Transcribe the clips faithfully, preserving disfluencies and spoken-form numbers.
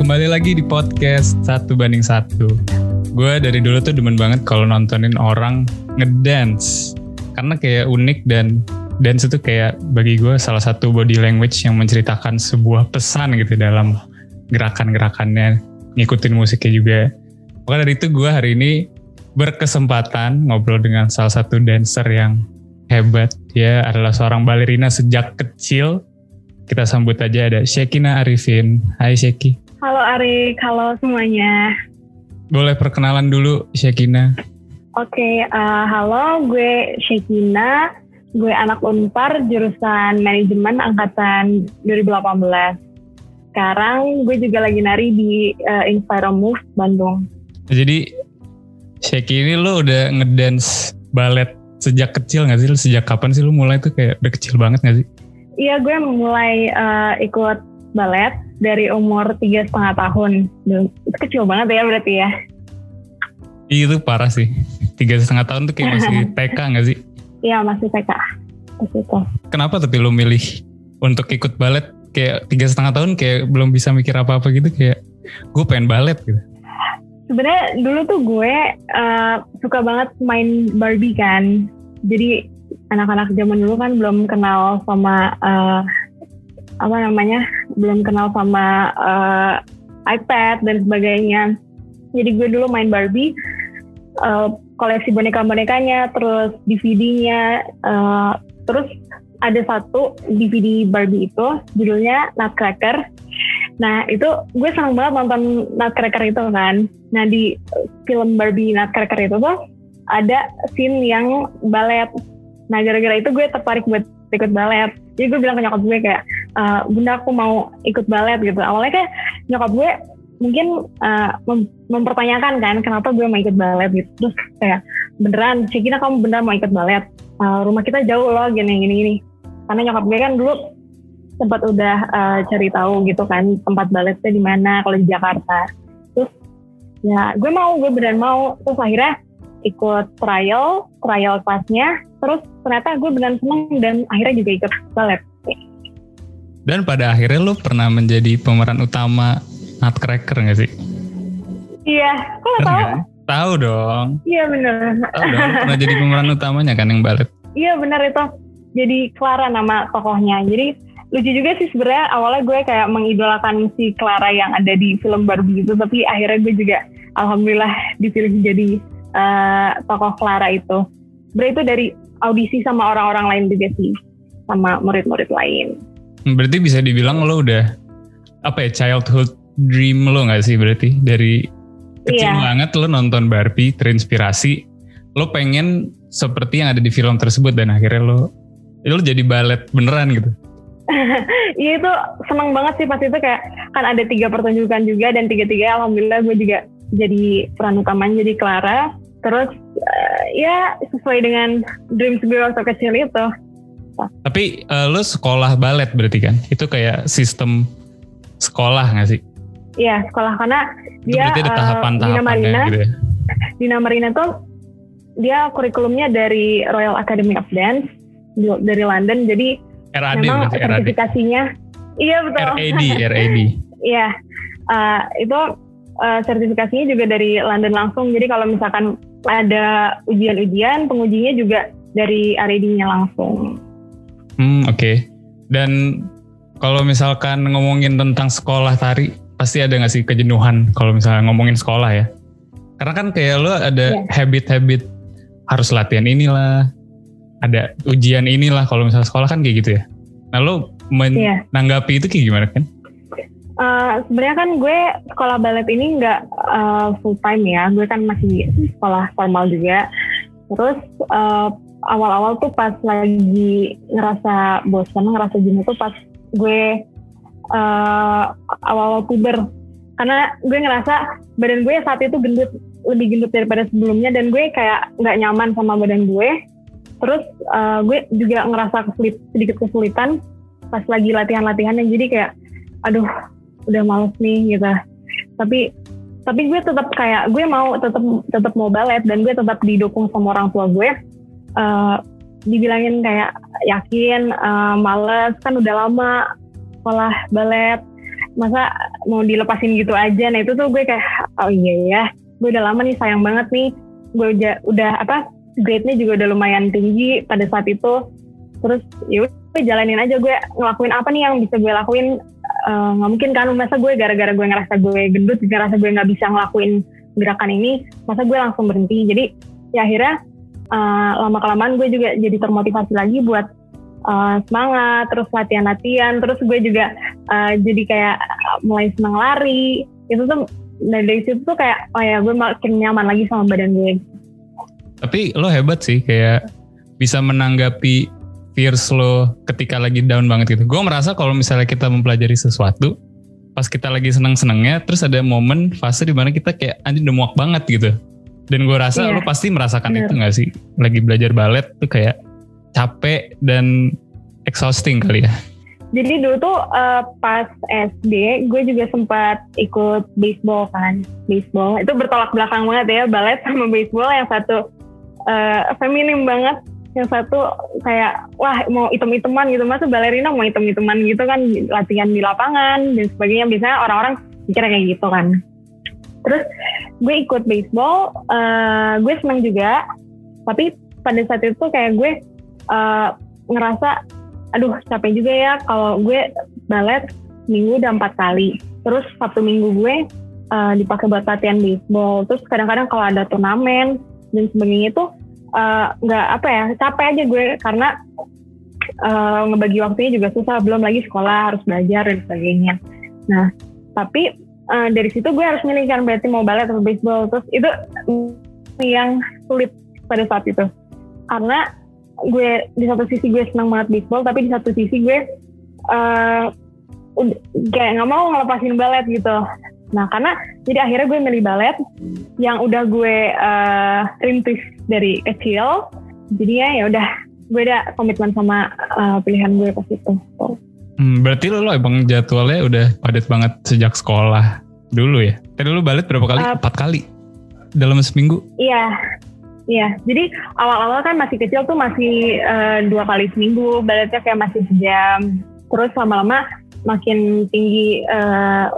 kembali lagi di podcast Satu Banding Satu. Gue dari dulu tuh demen banget kalau nontonin orang ngedance. Karena kayak unik dan dance itu kayak bagi gue salah satu body language yang menceritakan sebuah pesan gitu dalam gerakan-gerakannya, ngikutin musiknya juga. Maka dari itu gue hari ini berkesempatan ngobrol dengan salah satu dancer yang hebat. Dia adalah seorang balerina sejak kecil. Kita sambut aja ada Shekinah Arifin. Hai Sheki. Halo Arik, halo semuanya. Boleh perkenalan dulu Shekinah. Oke, uh, halo, gue Shekinah. Gue anak Unpar, jurusan manajemen angkatan dua ribu delapan belas. Sekarang gue juga lagi nari di uh, Inspire Move Bandung. Jadi Sheki ini lo udah ngedance ballet sejak kecil gak sih? Lo sejak kapan sih lo mulai tuh kayak udah kecil banget gak sih? Iya, gue mulai uh, ikut ballet dari umur tiga setengah tahun. Itu kecil banget ya berarti ya? Iya, itu parah sih. Tiga setengah tahun tuh kayak masih T K gak sih? Iya, masih T K. Itu. Kenapa tapi lo milih untuk ikut ballet? Kayak tiga setengah tahun kayak belum bisa mikir apa-apa gitu, kayak gue pengen ballet gitu. Sebenarnya dulu tuh gue uh, suka banget main Barbie kan. Jadi anak-anak zaman dulu kan belum kenal sama uh, apa namanya, belum kenal sama uh, iPad dan sebagainya. Jadi gue dulu main Barbie, uh, koleksi boneka-bonekanya, terus D V D-nya, uh, terus ada satu D V D Barbie itu judulnya Nutcracker. Nah itu gue senang banget nonton Nutcracker itu kan. Nah di film Barbie Nutcracker itu tuh ada scene yang ballet. Nah gara-gara itu gue tertarik buat ikut ballet. Jadi gue bilang ke nyokap gue kayak, e, bunda aku mau ikut ballet gitu. Awalnya kayak nyokap gue mungkin uh, mem- mempertanyakan kan kenapa gue mau ikut ballet gitu. Terus kayak, beneran Shekinah kamu beneran mau ikut ballet? Uh, rumah kita jauh loh gini-gini. Karena nyokap gue kan dulu sempat udah uh, cari tahu gitu kan tempat balletnya di mana kalau di Jakarta. Terus ya gue mau, gue beneran mau. Terus akhirnya ikut trial, trial kelasnya. Terus ternyata gue beneran seneng dan akhirnya juga ikut ballet. Dan pada akhirnya lo pernah menjadi pemeran utama Nutcracker gak sih? Iya, kok lo tahu? Tahu dong. Iya bener. Tahu dong, lo pernah jadi pemeran utamanya kan yang ballet? Iya bener itu. Jadi Clara nama tokohnya. Jadi lucu juga sih sebenarnya, awalnya gue kayak mengidolakan si Clara yang ada di film Barbie itu, tapi akhirnya gue juga alhamdulillah dipilih jadi uh, tokoh Clara itu. Berarti itu dari audisi sama orang-orang lain juga sih, sama murid-murid lain. Berarti bisa dibilang lo udah apa ya, childhood dream lo gak sih berarti? Dari kecil yeah. banget lo nonton Barbie, terinspirasi, lo pengen seperti yang ada di film tersebut dan akhirnya lo lo jadi ballet beneran gitu. Iya itu seneng banget sih pas itu, kayak kan ada tiga pertunjukan juga dan tiga-tiga alhamdulillah gue juga jadi peran utamanya, jadi Clara. Terus uh, ya sesuai dengan dreams gue waktu kecil itu. Tapi uh, lo sekolah ballet berarti kan? Itu kayak sistem sekolah gak sih? Iya sekolah, karena itu dia berarti ada tahapan-tahapannya Dina Marina, gitu ya? Dina Marina tuh dia kurikulumnya dari Royal Academy of Dance dari London, jadi R A D memang berarti, sertifikasinya R A D. Iya betul. R A D, R A D. Iya, uh, itu uh, sertifikasinya juga dari London langsung. Jadi kalau misalkan ada ujian-ujian, pengujinya juga dari R A D-nya langsung. Hmm oke. Okay. Dan kalau misalkan ngomongin tentang sekolah tari, pasti ada nggak sih kejenuhan kalau misalnya ngomongin sekolah ya? Karena kan kayak lo ada yeah. habit-habit harus latihan inilah, ada ujian inilah kalau misalnya sekolah kan kayak gitu ya. Nah lo menanggapi yeah. itu kayak gimana kan? Uh, sebenarnya kan gue sekolah ballet ini nggak uh, full time ya, gue kan masih sekolah formal juga. Terus uh, awal-awal tuh pas lagi ngerasa bosan, ngerasa jenuh tuh pas gue uh, awal-awal puber. Karena gue ngerasa badan gue saat itu gendut, lebih gendut daripada sebelumnya, dan gue kayak nggak nyaman sama badan gue. Terus uh, gue juga ngerasa kesulit, sedikit kesulitan pas lagi latihan-latihannya, jadi kayak aduh udah males nih gitu. Tapi tapi gue tetap kayak gue mau tetap tetap mau ballet, dan gue tetap didukung sama orang tua gue. Uh, dibilangin kayak yakin, uh, males kan udah lama sekolah ballet, masa mau dilepasin gitu aja. Nah itu tuh gue kayak oh iya ya, gue udah lama nih sayang banget nih, gue udah udah apa grade-nya juga udah lumayan tinggi pada saat itu. Terus ya udah jalanin aja, gue ngelakuin apa nih yang bisa gue lakuin. Uh, gak mungkin kan masa gue gara-gara gue ngerasa gue gendut, ngerasa gue gak bisa ngelakuin gerakan ini, masa gue langsung berhenti. Jadi ya akhirnya uh, lama-kelamaan gue juga jadi termotivasi lagi buat uh, semangat, terus latihan-latihan, terus gue juga uh, jadi kayak mulai senang lari. Itu tuh dari situ tuh kayak oh ya gue makin nyaman lagi sama badan gue. Tapi lo hebat sih, kayak bisa menanggapi fears lo ketika lagi down banget gitu. Gue merasa kalau misalnya kita mempelajari sesuatu, pas kita lagi seneng-senengnya, terus ada momen fase di mana kita kayak anjir udah muak banget gitu. Dan gue rasa yeah. lo pasti merasakan Bener. Itu gak sih? Lagi belajar balet tuh kayak capek dan exhausting kali ya. Jadi dulu tuh uh, pas S D gue juga sempat ikut baseball kan. Baseball itu bertolak belakang banget ya, balet sama baseball. Yang satu uh, feminim banget, yang satu kayak wah mau item-iteman gitu, masa balerina mau item-iteman gitu kan, latihan di lapangan dan sebagainya. Biasanya orang-orang mikirnya kayak gitu kan. Terus gue ikut baseball, uh, gue seneng juga, tapi pada saat itu kayak gue uh, ngerasa aduh capek juga ya kalau gue balet minggu udah empat kali, terus Sabtu Minggu gue uh, dipakai buat latihan baseball, terus kadang-kadang kalau ada turnamen dan sebagainya itu nggak uh, apa ya, capek aja gue karena uh, ngebagi waktunya juga susah, belum lagi sekolah harus belajar dan sebagainya. Nah tapi uh, dari situ gue harus milih kan, berarti mau balet atau baseball. Terus itu yang sulit pada saat itu karena gue di satu sisi gue senang banget baseball, tapi di satu sisi gue uh, kayak nggak mau ngelepasin balet gitu. Nah karena jadi akhirnya gue milih balet yang udah gue uh, rintis dari kecil, jadinya ya udah gue udah komitmen sama uh, pilihan gue pas itu. So. Hmm, berarti lo, lo emang jadwalnya udah padat banget sejak sekolah dulu ya? Tadi lo balet berapa kali? Uh, Empat kali dalam seminggu? Iya, iya. Jadi awal-awal kan masih kecil tuh masih uh, dua kali seminggu, baletnya kayak masih sejam. Terus lama-lama makin tinggi uh,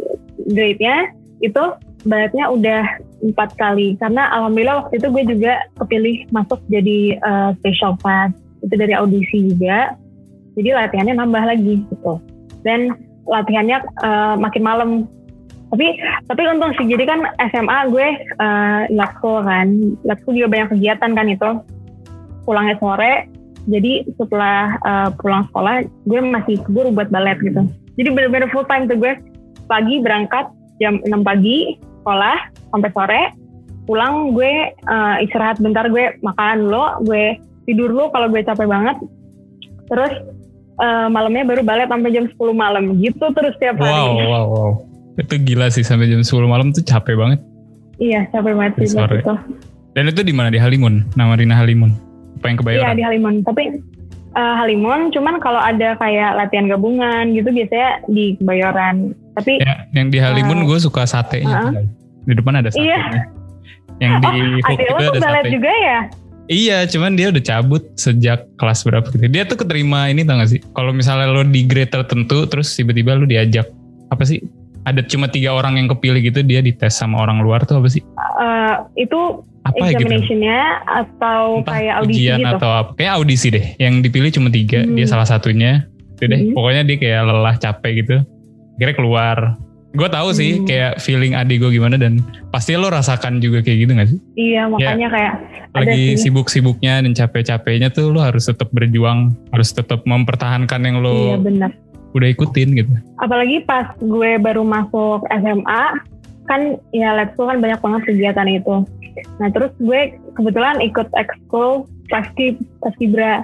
grade-nya itu baletnya udah empat kali, karena alhamdulillah waktu itu gue juga kepilih masuk jadi uh, special class itu dari audisi juga, jadi latihannya nambah lagi gitu, dan latihannya uh, makin malam. Tapi tapi untung sih, jadi kan S M A gue uh, latkul kan, latkul juga banyak kegiatan kan itu, pulangnya sore, jadi setelah uh, pulang sekolah gue masih keburu buat balet gitu. Jadi bener-bener full time tuh gue, pagi berangkat jam enam pagi sekolah sampai sore, pulang gue uh, istirahat bentar, gue makan dulu, gue tidur dulu kalau gue capek banget, terus uh, malamnya baru balet sampai jam sepuluh malam gitu terus tiap hari. Wow, wow, wow. Itu gila sih, sampai jam sepuluh malam tuh capek banget. Iya, capek banget sih itu. Dan itu di mana? Di Halimun, nama Rina Halimun. Apa yang Kebayoran? Iya, di Halimun. Tapi uh, Halimun, cuman kalau ada kayak latihan gabungan gitu biasanya di Kebayoran. Tapi ya, yang di Halimun uh, gue suka satenya. Uh-huh. Di depan ada satenya. Iya. Yang di oh, Hook itu ada sate juga ya? Iya, cuman dia udah cabut sejak kelas berapa gitu. Dia tuh keterima ini, tau gak sih? Kalau misalnya lo di grade tertentu, terus tiba-tiba lo diajak, apa sih? Ada cuma tiga orang yang kepilih gitu, dia dites sama orang luar tuh apa sih? Uh, itu apa examination-nya gitu? Atau entah kayak audisi ujian gitu? Atau apa? Kayak audisi deh. Yang dipilih cuma tiga, hmm. dia salah satunya. Itu deh, hmm. pokoknya dia kayak lelah, capek gitu. Akhirnya keluar. Gue tahu sih hmm. kayak feeling adik gue gimana, dan pasti lo rasakan juga kayak gitu gak sih? Iya, makanya ya, kayak lagi sibuk-sibuknya dan capek-capeknya tuh lo harus tetap berjuang, harus tetap mempertahankan yang lo iya, benar. udah ikutin gitu. Apalagi pas gue baru masuk S M A, kan ya Let's kan banyak banget kegiatan itu. Nah terus gue kebetulan ikut ekskul paskib, paskibra.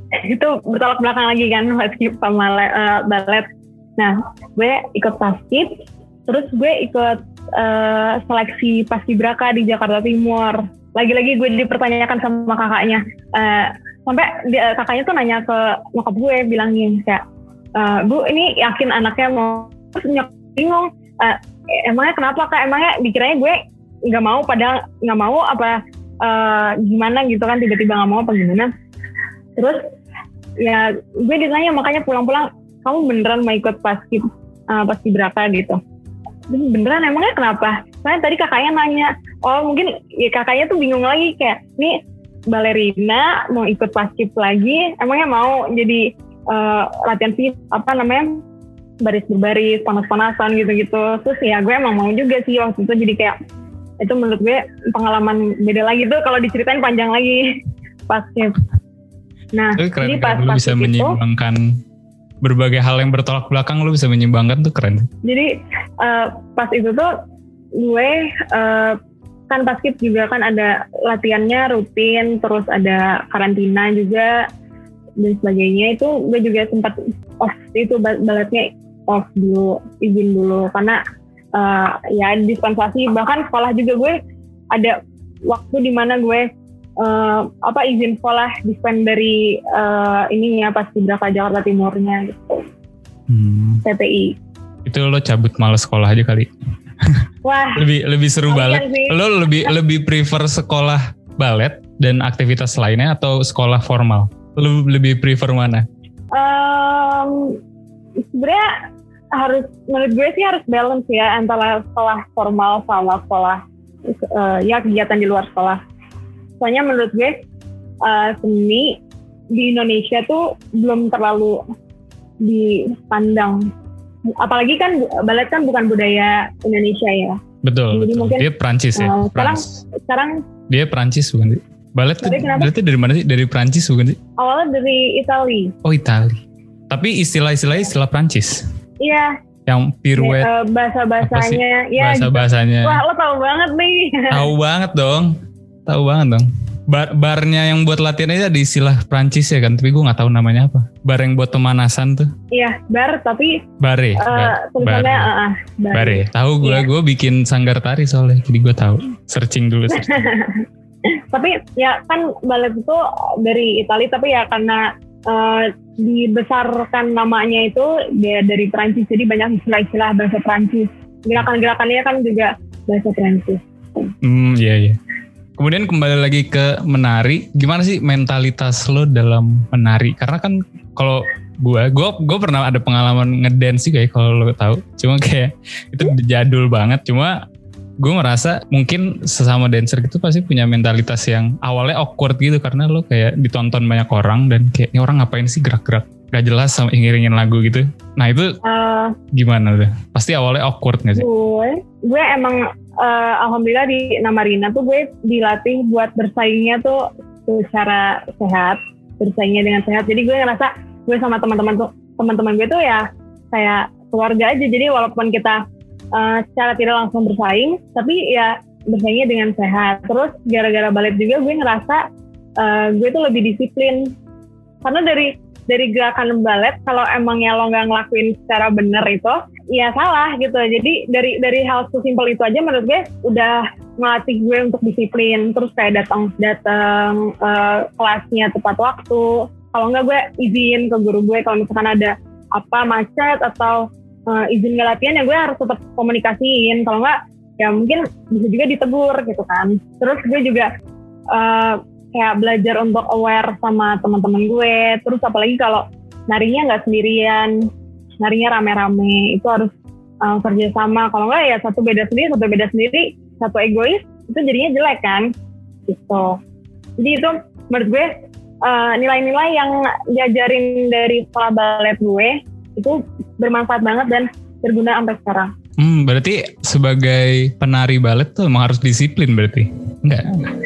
Itu bertolak belakang lagi kan, paskib sama uh, balet. Nah gue ikut paskib, terus gue ikut uh, seleksi paskibraka di Jakarta Timur. Lagi-lagi gue dipertanyakan sama kakaknya. Uh, sampai dia, kakaknya tuh nanya ke nyokap gue, bilangin kayak, Uh, Bu ini yakin anaknya mau, terus nyokap bingung, uh, emangnya kenapa kak, emangnya dikiranya gue gak mau padahal gak mau apa uh, gimana gitu kan, tiba-tiba gak mau apa gimana. Terus ya gue ditanya, makanya pulang-pulang kamu beneran mau ikut paskib uh, paskibraka gitu. Beneran emangnya kenapa? Soalnya tadi kakaknya nanya, oh mungkin ya kakaknya tuh bingung lagi kayak, nih balerina mau ikut paskib lagi, emangnya mau jadi uh, latihan sih apa namanya baris berbaris, panas-panasan gitu-gitu. Terus ya gue emang mau juga sih waktu itu, jadi kayak itu menurut gue pengalaman beda lagi tuh kalau diceritain panjang lagi paskib. Nah, keren, jadi pas keren. Lu bisa menyeimbangkan berbagai hal yang bertolak belakang, lu bisa menyeimbangkan tuh keren. Jadi uh, pas itu tuh gue uh, kan paskib juga kan ada latihannya rutin, terus ada karantina juga dan sebagainya. Itu gue juga sempat off itu baletnya off dulu, izin dulu karena uh, ya dispensasi, bahkan sekolah juga gue ada waktu di mana gue uh, apa izin sekolah dispen dari uh, ininya Paskibraka Jakarta Timurnya gitu. Hmm. P P I. Itu lo cabut malas sekolah aja kali. Wah, lebih lebih seru balet. Lo lebih lebih prefer sekolah balet dan aktivitas lainnya atau sekolah formal? Lo lebih prefer mana? Um, sebenarnya harus, menurut gue sih harus balance ya antara sekolah formal sama sekolah uh, ya kegiatan di luar sekolah. Soalnya menurut gue uh, seni di Indonesia tuh belum terlalu dipandang. Apalagi kan balet kan bukan budaya Indonesia ya. Betul. Jadi betul. mungkin dia Prancis ya. Uh, sekarang sekarang dia Prancis bukan sih? Balet tuh baletnya dari mana sih? Dari Prancis bukan sih? Awalnya dari Itali. Oh Itali. Tapi istilah-istilahnya istilah Prancis. Iya. Yang pirouette. Uh, bahasa-bahasanya. Ya, bahasa-bahasanya. Wah lo tahu banget nih. Tahu banget dong. Tahu banget dong. Bar, barnya yang buat latihannya ada istilah Prancis ya kan, tapi gue nggak tahu namanya apa. Bar yang buat pemanasan tuh. Iya, bar tapi. Bare. Uh, tulisannya uh, uh, bare. Bare. Tahu gue, yeah. Gue bikin sanggar tari soalnya, jadi gue tahu. Searching dulu. Searching. Tapi ya kan balet itu dari Italia, tapi ya karena uh, dibesarkan namanya itu dia dari Prancis, jadi banyak istilah-istilah bahasa Prancis. Gerakan-gerakannya kan juga bahasa Prancis. Hmm, iya iya. Kemudian kembali lagi ke menari, gimana sih mentalitas lo dalam menari? Karena kan kalau gue, gue, gue pernah ada pengalaman ngedance sih kayak kalau lo tahu. Cuma kayak itu jadul banget. Cuma gue merasa mungkin sesama dancer gitu pasti punya mentalitas yang awalnya awkward gitu karena lo kayak ditonton banyak orang dan kayak ini orang ngapain sih gerak-gerak gak jelas sama ngiringin lagu gitu. Nah itu uh, gimana tuh? Pasti awalnya awkward gak sih? Gue, gue emang uh, alhamdulillah di Namarina tuh gue dilatih buat bersaingnya tuh secara sehat, bersaingnya dengan sehat. Jadi gue ngerasa gue sama teman-teman tuh, teman-teman gue tuh ya kayak keluarga aja. Jadi walaupun kita uh, secara tidak langsung bersaing, tapi ya bersaingnya dengan sehat. Terus gara-gara balet juga gue ngerasa uh, gue tuh lebih disiplin. Karena dari dari gerakan balet kalau emangnya lo nggak ngelakuin secara benar itu ya salah gitu. Jadi dari dari hal sesimpel itu aja menurut gue udah melatih gue untuk disiplin. Terus kayak datang datang uh, kelasnya tepat waktu. Kalau nggak gue izin ke guru gue kalau misalkan ada apa macet atau uh, izin nggak latihan ya gue harus tetap komunikasiin. Kalau nggak ya mungkin bisa juga ditegur gitu kan. Terus gue juga uh, kayak belajar untuk aware sama teman-teman gue. Terus apalagi kalau narinya nggak sendirian, narinya rame-rame, itu harus uh, kerja sama. Kalau nggak ya satu beda sendiri, satu beda sendiri, satu egois, itu jadinya jelek kan, gitu. Jadi itu menurut gue uh, nilai-nilai yang diajarin dari sekolah balet gue itu bermanfaat banget dan berguna sampai sekarang. Hmm, berarti sebagai penari balet tuh emang harus disiplin berarti? Enggak?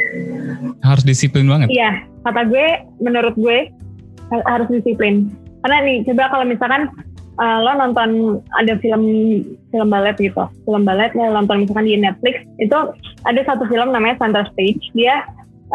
Harus disiplin banget. Iya, kata gue, menurut gue harus disiplin. Karena nih, coba kalau misalkan uh, lo nonton ada film film balet gitu, film balet lo nonton misalkan di Netflix, itu ada satu film namanya Center Stage. Dia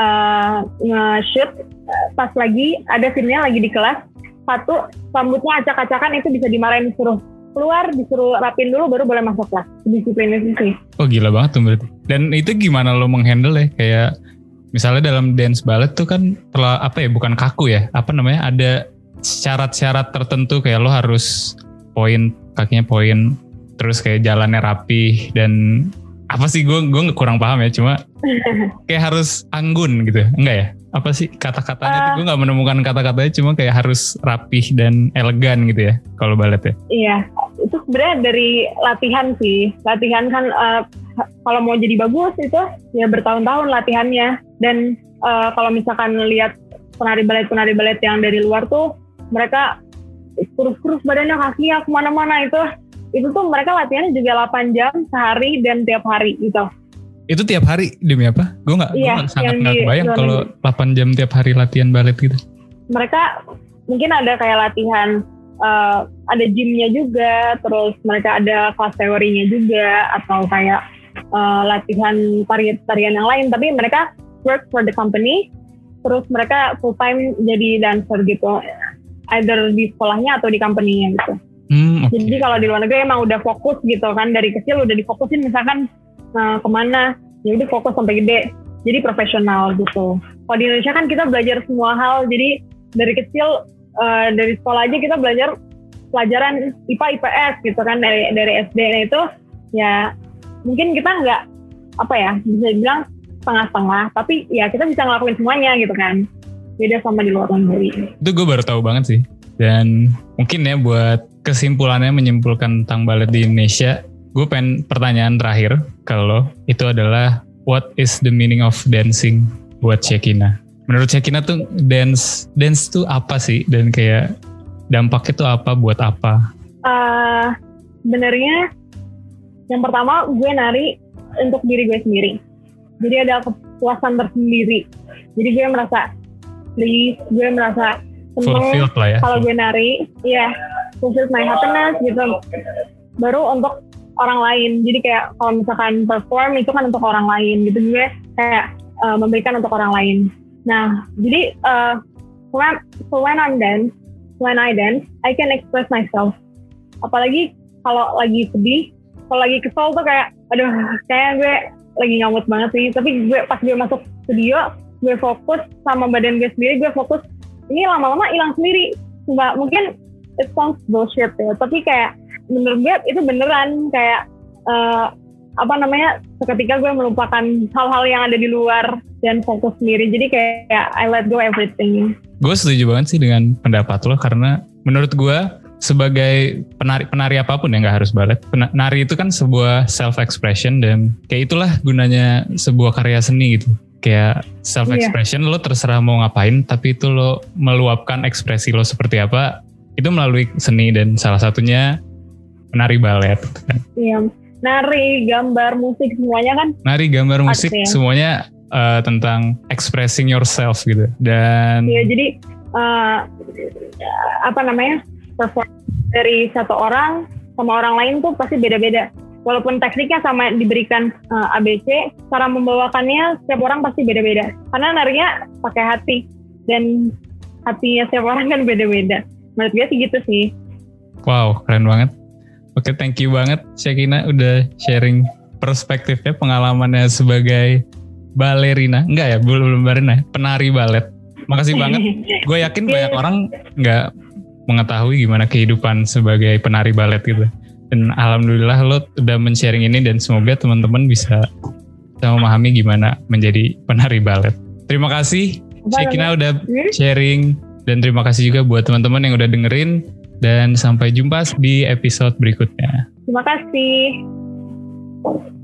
uh, nge-shoot pas lagi ada filmnya lagi di kelas, satu rambutnya acak-acakan itu bisa dimarahin, disuruh keluar, disuruh rapin dulu baru boleh masuk kelas. Disiplin itu sih. Oh gila banget tuh berarti. Dan itu gimana lo menghandle ya? Kayak misalnya dalam dance ballet tuh kan telah apa ya, bukan kaku ya, apa namanya, ada syarat-syarat tertentu kayak lo harus poin, kakinya poin, terus kayak jalannya rapih dan apa sih, gue gue kurang paham ya, cuma kayak harus anggun gitu, enggak ya? Apa sih kata-katanya uh, tuh gue nggak menemukan kata-katanya, cuma kayak harus rapih dan elegan gitu ya kalau ballet ya? Iya, itu sebenarnya dari latihan sih. Latihan kan uh, kalau mau jadi bagus itu ya bertahun-tahun latihannya. Dan uh, kalau misalkan lihat penari balet-penari balet yang dari luar tuh mereka kurus-kurus badannya, kakinya kemana-mana itu. Itu tuh mereka latihannya juga delapan jam sehari dan tiap hari gitu. Itu tiap hari demi apa? Gue nggak, iya, gue sangat nggak kebayang kalau delapan jam tiap hari latihan balet gitu. Mereka mungkin ada kayak latihan, uh, ada gymnya juga, terus mereka ada kelas teorinya juga, atau kayak uh, latihan tarian-tarian yang lain. Tapi mereka work for the company, terus mereka full time jadi dancer gitu, either di sekolahnya atau di company-nya gitu. Hmm, okay. Jadi kalau di luar negeri emang udah fokus gitu kan, dari kecil udah difokusin misalkan Nah, kemana, ya udah fokus sampai gede, jadi profesional gitu. Kalau di Indonesia kan kita belajar semua hal, jadi dari kecil uh, dari sekolah aja kita belajar pelajaran I P A I P S gitu kan, dari dari S D. Nah itu ya mungkin kita nggak apa ya bisa bilang setengah-setengah, tapi ya kita bisa ngelakuin semuanya gitu kan, beda sama di luar negeri. Itu gue baru tahu banget sih. Dan mungkin ya buat kesimpulannya menyimpulkan tentang balet di Indonesia, gue pengen pertanyaan terakhir kalau itu adalah what is the meaning of dancing buat Shekinah? Menurut Shekinah tuh dance dance tuh apa sih, dan kayak dampaknya tuh apa buat apa? Uh, Sebenarnya yang pertama gue nari untuk diri gue sendiri. Jadi ada kepuasan tersendiri. Jadi gue merasa please, gue merasa seneng ya, kalau gue nari. Iya, yeah, fulfills my happiness gitu. Baru untuk orang lain, jadi kayak kalau misalkan perform itu kan untuk orang lain gitu, gue kayak uh, memberikan untuk orang lain. Nah, jadi uh, when, so when I'm dance, when I dance, I can express myself. Apalagi kalau lagi sedih, kalau lagi kesel tuh kayak, aduh, kayaknya gue lagi ngamut banget sih. Tapi gue pas gue masuk studio, gue fokus sama badan gue sendiri, gue fokus. Ini lama-lama hilang sendiri. Cuma mungkin it sounds bullshit ya, tapi kayak menurut gue itu beneran kayak uh, apa namanya seketika gue melupakan hal-hal yang ada di luar dan fokus sendiri, jadi kayak I let go everything. Gue setuju banget sih dengan pendapat lo, karena menurut gue sebagai penari penari apapun ya, nggak harus balet, penari itu kan sebuah self expression, dan kayak itulah gunanya sebuah karya seni gitu. Kayak self expression, yeah. Lo terserah mau ngapain, tapi itu lo meluapkan ekspresi lo seperti apa itu melalui seni, dan salah satunya menari balet kan. Iya, nari, gambar, musik semuanya kan. Nari, gambar, musik artinya semuanya uh, tentang expressing yourself gitu. Dan iya, jadi uh, apa namanya? perform dari satu orang sama orang lain tuh pasti beda-beda. Walaupun tekniknya sama diberikan uh, A B C, cara membawakannya setiap orang pasti beda-beda. Karena narinya pakai hati, dan hatinya setiap orang kan beda-beda. Menurut gue sih gitu sih. Wow, keren banget. Oke, thank you banget Shekinah udah sharing perspektifnya, pengalamannya sebagai balerina. Enggak ya, belum belum balerina, penari balet. Makasih banget. Gue yakin banyak orang nggak mengetahui gimana kehidupan sebagai penari balet gitu. Dan alhamdulillah lo udah men-sharing ini, dan semoga teman-teman bisa bisa memahami gimana menjadi penari balet. Terima kasih Shekinah udah sharing, dan terima kasih juga buat teman-teman yang udah dengerin. Dan sampai jumpa di episode berikutnya. Terima kasih.